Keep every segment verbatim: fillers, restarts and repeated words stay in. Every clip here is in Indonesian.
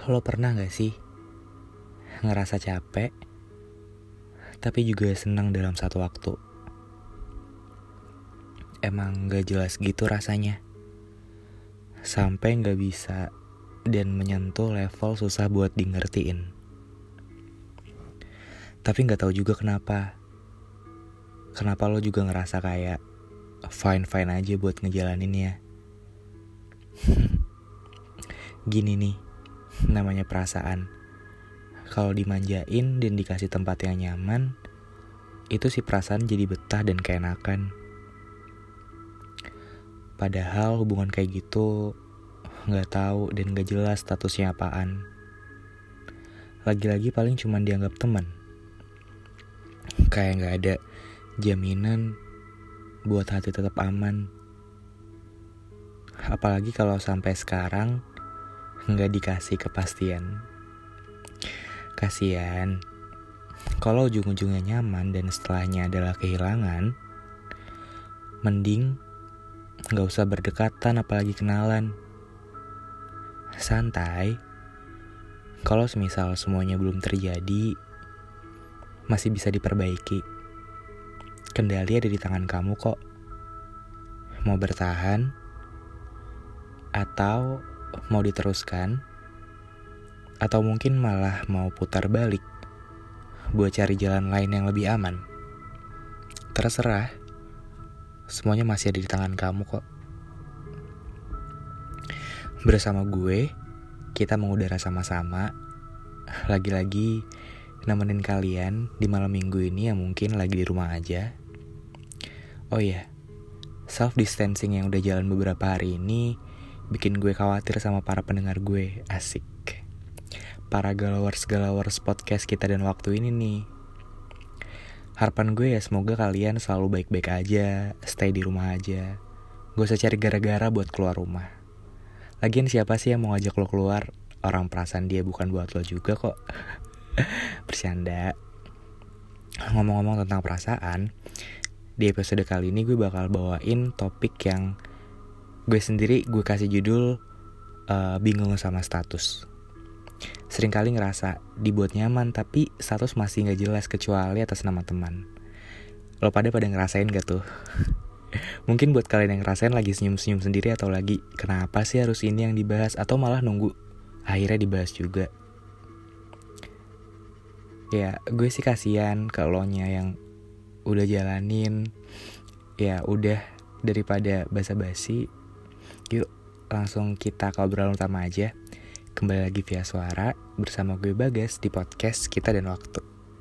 Lo pernah gak sih ngerasa capek, tapi juga senang dalam satu waktu? Emang gak jelas gitu rasanya, sampai gak bisa dan menyentuh level susah buat di ngertiin. Tapi gak tahu juga kenapa. Kenapa lo juga ngerasa kayak fine-fine aja buat ngejalaninnya. Gini nih, namanya perasaan. Kalau dimanjain dan dikasih tempat yang nyaman, itu si perasaan jadi betah dan keenakan. Padahal hubungan kayak gitu gak tahu dan gak jelas statusnya apaan. Lagi-lagi paling cuma dianggap teman. Kayak gak ada jaminan buat hati tetap aman. Apalagi kalau sampai sekarang gak dikasih kepastian. Kasian kalau ujung-ujungnya nyaman dan setelahnya adalah kehilangan. Mending gak usah berdekatan apalagi kenalan. Santai. Kalau semisal semuanya belum terjadi, masih bisa diperbaiki. Kendali ada di tangan kamu kok. Mau bertahan atau mau diteruskan, atau mungkin malah mau putar balik buat cari jalan lain yang lebih aman. Terserah. Semuanya masih ada di tangan kamu kok. Bersama gue, kita mengudara sama-sama. Lagi-lagi nemenin kalian di malam minggu ini yang mungkin lagi di rumah aja. Oh iya, self distancing yang udah jalan beberapa hari ini bikin gue khawatir sama para pendengar gue. Asik. Para galawers-galawers podcast kita dan waktu ini nih. Harapan gue ya semoga kalian selalu baik-baik aja, stay di rumah aja. Gak usah cari gara-gara buat keluar rumah. Lagian siapa sih yang mau ngajak lo keluar? Orang perasaan dia bukan buat lo juga kok. Bercanda. Ngomong-ngomong tentang perasaan, di episode kali ini gue bakal bawain topik yang gue sendiri gue kasih judul uh, bingung sama status. Seringkali ngerasa dibuat nyaman tapi status masih gak jelas kecuali atas nama teman. Lo pada pada ngerasain gak tuh? Mungkin buat kalian yang ngerasain lagi senyum-senyum sendiri, atau lagi kenapa sih harus ini yang dibahas, atau malah nunggu akhirnya dibahas juga. Ya gue sih kasihan ke elonya yang udah jalanin. Ya udah, daripada basa-basi, yuk langsung kita ke obrolan utama aja. Kembali lagi via suara bersama gue Bagas di podcast Kita dan Waktu.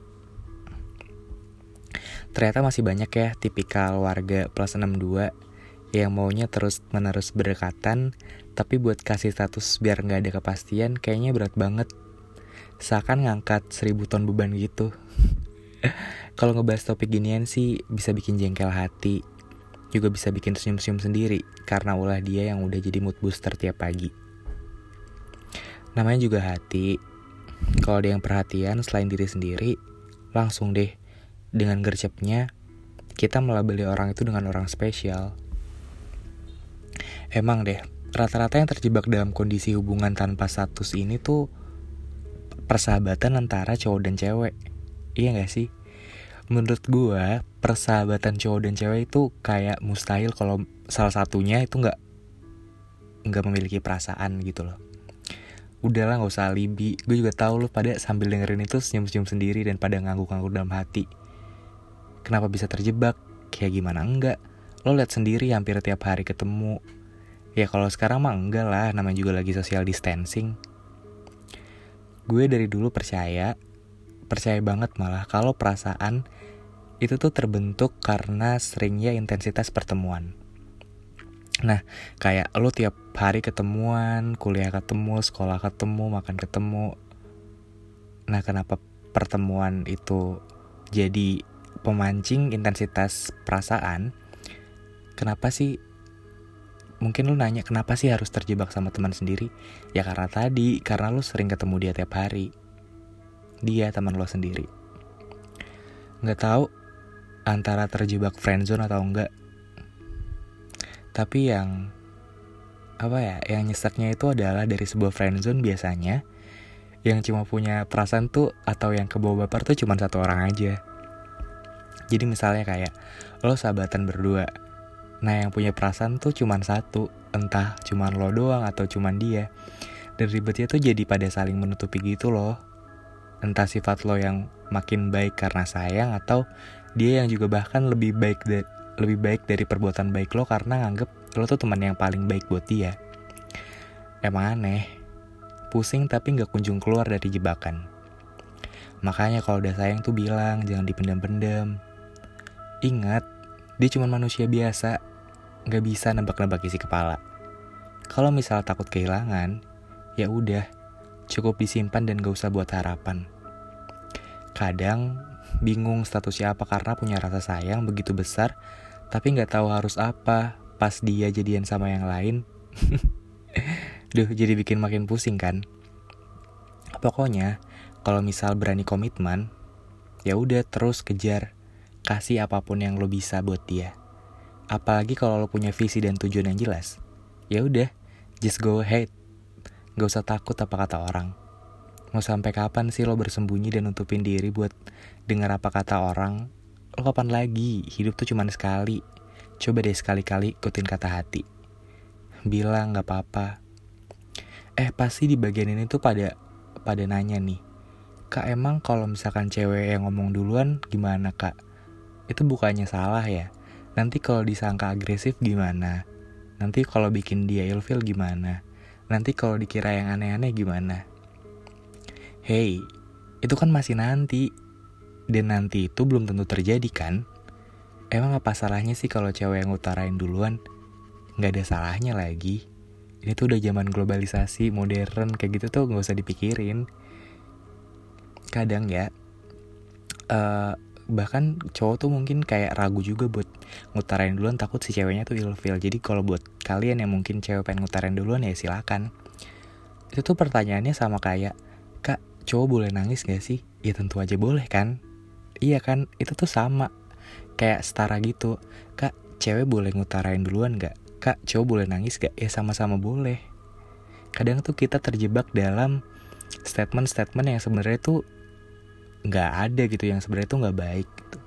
Ternyata masih banyak ya tipikal warga plus enam puluh dua yang maunya terus-menerus berdekatan, tapi buat kasih status biar gak ada kepastian kayaknya berat banget. Seakan ngangkat seribu ton beban gitu. Kalau ngebahas topik ginian sih bisa bikin jengkel hati, juga bisa bikin senyum-senyum sendiri karena ulah dia yang udah jadi mood booster tiap pagi. Namanya juga hati. Kalau ada yang perhatian selain diri sendiri, langsung deh dengan gercepnya kita melabeli orang itu dengan orang spesial. Emang deh, rata-rata yang terjebak dalam kondisi hubungan tanpa status ini tuh persahabatan antara cowok dan cewek. Iya gak sih? Menurut gue, persahabatan cowok dan cewek itu kayak mustahil kalau salah satunya itu gak Gak memiliki perasaan gitu loh. Udahlah gak usah alibi. Gue juga tahu lo pada sambil dengerin itu senyum-senyum sendiri dan pada ngangguk-ngangguk dalam hati. Kenapa bisa terjebak? Kayak gimana enggak? Lo liat sendiri hampir tiap hari ketemu. Ya kalau sekarang mah enggak lah, namanya juga lagi social distancing. Gue dari dulu percaya, percaya banget malah kalau perasaan itu tuh terbentuk karena seringnya intensitas pertemuan. Nah, kayak lo tiap hari ketemuan, kuliah ketemu, sekolah ketemu, makan ketemu. Nah, kenapa pertemuan itu jadi pemancing intensitas perasaan? Kenapa sih? Mungkin lo nanya kenapa sih harus terjebak sama teman sendiri? Ya karena tadi, karena lo sering ketemu dia tiap hari. Dia teman lo sendiri. Gak tahu antara terjebak friendzone atau enggak. Tapi yang apa ya, yang nyeseknya itu adalah dari sebuah friendzone biasanya Yang cuma punya perasaan tuh atau yang kebawa baper tuh cuma satu orang aja. Jadi misalnya kayak lo sahabatan berdua, nah yang punya perasaan tuh cuma satu, entah cuma lo doang atau cuma dia. Dan ribetnya tuh jadi pada saling menutupi gitu loh. Entah sifat lo yang makin baik karena sayang, atau dia yang juga bahkan lebih baik da- lebih baik dari perbuatan baik lo karena nganggep lo tuh teman yang paling baik buat dia. Emang aneh, pusing tapi gak kunjung keluar dari jebakan. Makanya kalau udah sayang tuh bilang, jangan dipendam-pendam. Ingat, dia cuma manusia biasa, gak bisa nebak-nebak isi kepala. Kalau misal takut kehilangan, ya udah, cukup disimpan dan gak usah buat harapan. Kadang bingung statusnya apa karena punya rasa sayang begitu besar, tapi gak tahu harus apa pas dia jadian sama yang lain. Duh, jadi bikin makin pusing kan. Pokoknya, kalau misal berani komitmen, ya udah terus kejar, kasih apapun yang lo bisa buat dia. Apalagi kalau lo punya visi dan tujuan yang jelas, ya udah, just go ahead. Gak usah takut apa kata orang. Mau sampai kapan sih lo bersembunyi dan nutupin diri buat dengar apa kata orang? Lo kapan lagi? Hidup tuh cuma sekali. Coba deh sekali-kali ikutin kata hati. Bilang gak apa-apa. Eh pasti di bagian ini tuh pada pada nanya nih, Kak emang kalau misalkan cewek yang ngomong duluan gimana kak? Itu bukannya salah ya? Nanti kalau disangka agresif gimana? Nanti kalau bikin dia ilfil gimana? Nanti kalau dikira yang aneh-aneh gimana? Hey, itu kan masih nanti. Dan nanti itu belum tentu terjadi kan? Emang apa salahnya sih kalau cewek yang utarain duluan? Gak ada salahnya lagi. Ini tuh udah zaman globalisasi, modern, kayak gitu tuh gak usah dipikirin. Kadang ya, uh, bahkan cowok tuh mungkin kayak ragu juga buat ngutarain duluan, takut si ceweknya tuh ilfil. Jadi kalau buat kalian yang mungkin cewek pengen ngutarain duluan ya silakan. Itu tuh pertanyaannya sama kayak, Kak cowok boleh nangis gak sih? Ya tentu aja boleh kan. Iya kan, itu tuh sama, kayak setara gitu. Kak cewek boleh ngutarain duluan gak? Kak cowok boleh nangis gak? Ya sama-sama boleh. Kadang tuh kita terjebak dalam statement-statement yang sebenarnya tuh nggak ada gitu, yang sebenarnya tuh nggak baik gitu.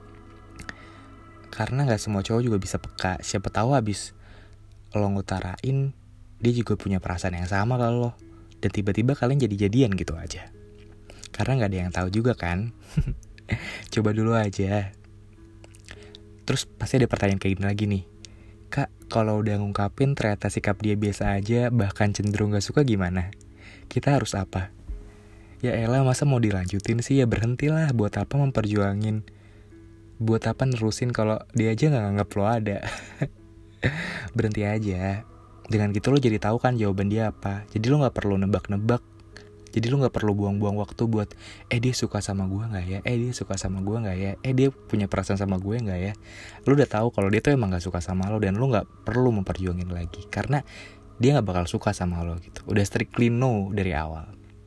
Karena nggak semua cowok juga bisa peka. Siapa tahu abis lo ngutarain, dia juga punya perasaan yang sama ke lo, dan tiba-tiba kalian jadi jadian gitu aja. Karena nggak ada yang tahu juga kan. Coba dulu aja. Terus pasti ada pertanyaan kayak gini lagi nih, Kak kalau udah ngungkapin ternyata sikap dia biasa aja, bahkan cenderung nggak suka gimana? Kita harus apa? Ya elah masa mau dilanjutin sih, ya berhentilah. Buat apa memperjuangin? Buat apa nerusin kalau dia aja gak nganggap lo ada? Berhenti aja. Dengan gitu lo jadi tahu kan jawaban dia apa. Jadi lo gak perlu nebak-nebak. Jadi lo gak perlu buang-buang waktu buat Eh dia suka sama gue gak ya? Eh dia suka sama gue gak ya? Eh dia punya perasaan sama gue gak ya? Lo udah tahu kalau dia tuh emang gak suka sama lo, dan lo gak perlu memperjuangin lagi, karena dia gak bakal suka sama lo gitu. Udah strictly no dari awal.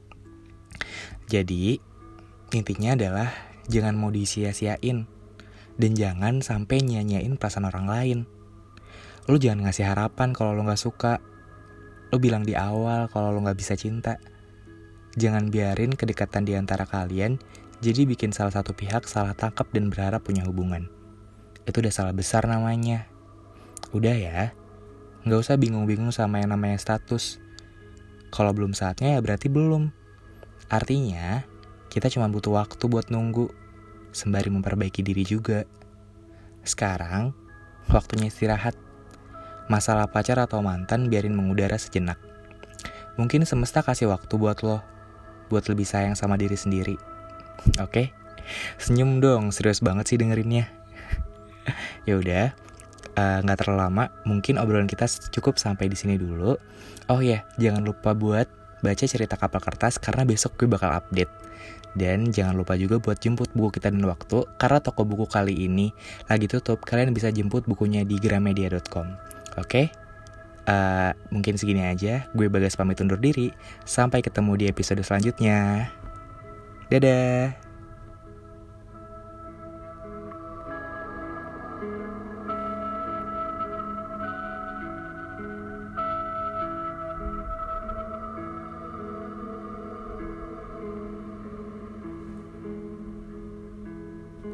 Jadi intinya adalah jangan mau disia-siain, dan jangan sampai nyanyain perasaan orang lain. Lu jangan ngasih harapan kalau lu gak suka. Lu bilang di awal kalau lu gak bisa cinta. Jangan biarin kedekatan di antara kalian jadi bikin salah satu pihak salah tangkap dan berharap punya hubungan. Itu udah salah besar namanya. Udah ya, gak usah bingung-bingung sama yang namanya status. Kalau belum saatnya ya berarti belum. Artinya, kita cuma butuh waktu buat nunggu, sembari memperbaiki diri juga. Sekarang, waktunya istirahat. Masalah pacar atau mantan biarin mengudara sejenak. Mungkin semesta kasih waktu buat lo, buat lebih sayang sama diri sendiri. Oke? Senyum dong, serius banget sih dengerinnya. Ya udah, uh, nggak terlalu lama. Mungkin obrolan kita cukup sampai di sini dulu. Oh ya, jangan lupa buat baca cerita kapal kertas karena besok gue bakal update. Dan jangan lupa juga buat jemput buku Kita dan Waktu, karena toko buku kali ini lagi tutup. Kalian bisa jemput bukunya di gramedia dot com. Oke? Uh, mungkin segini aja. Gue Bagas pamit undur diri. Sampai ketemu di episode selanjutnya. Dadah.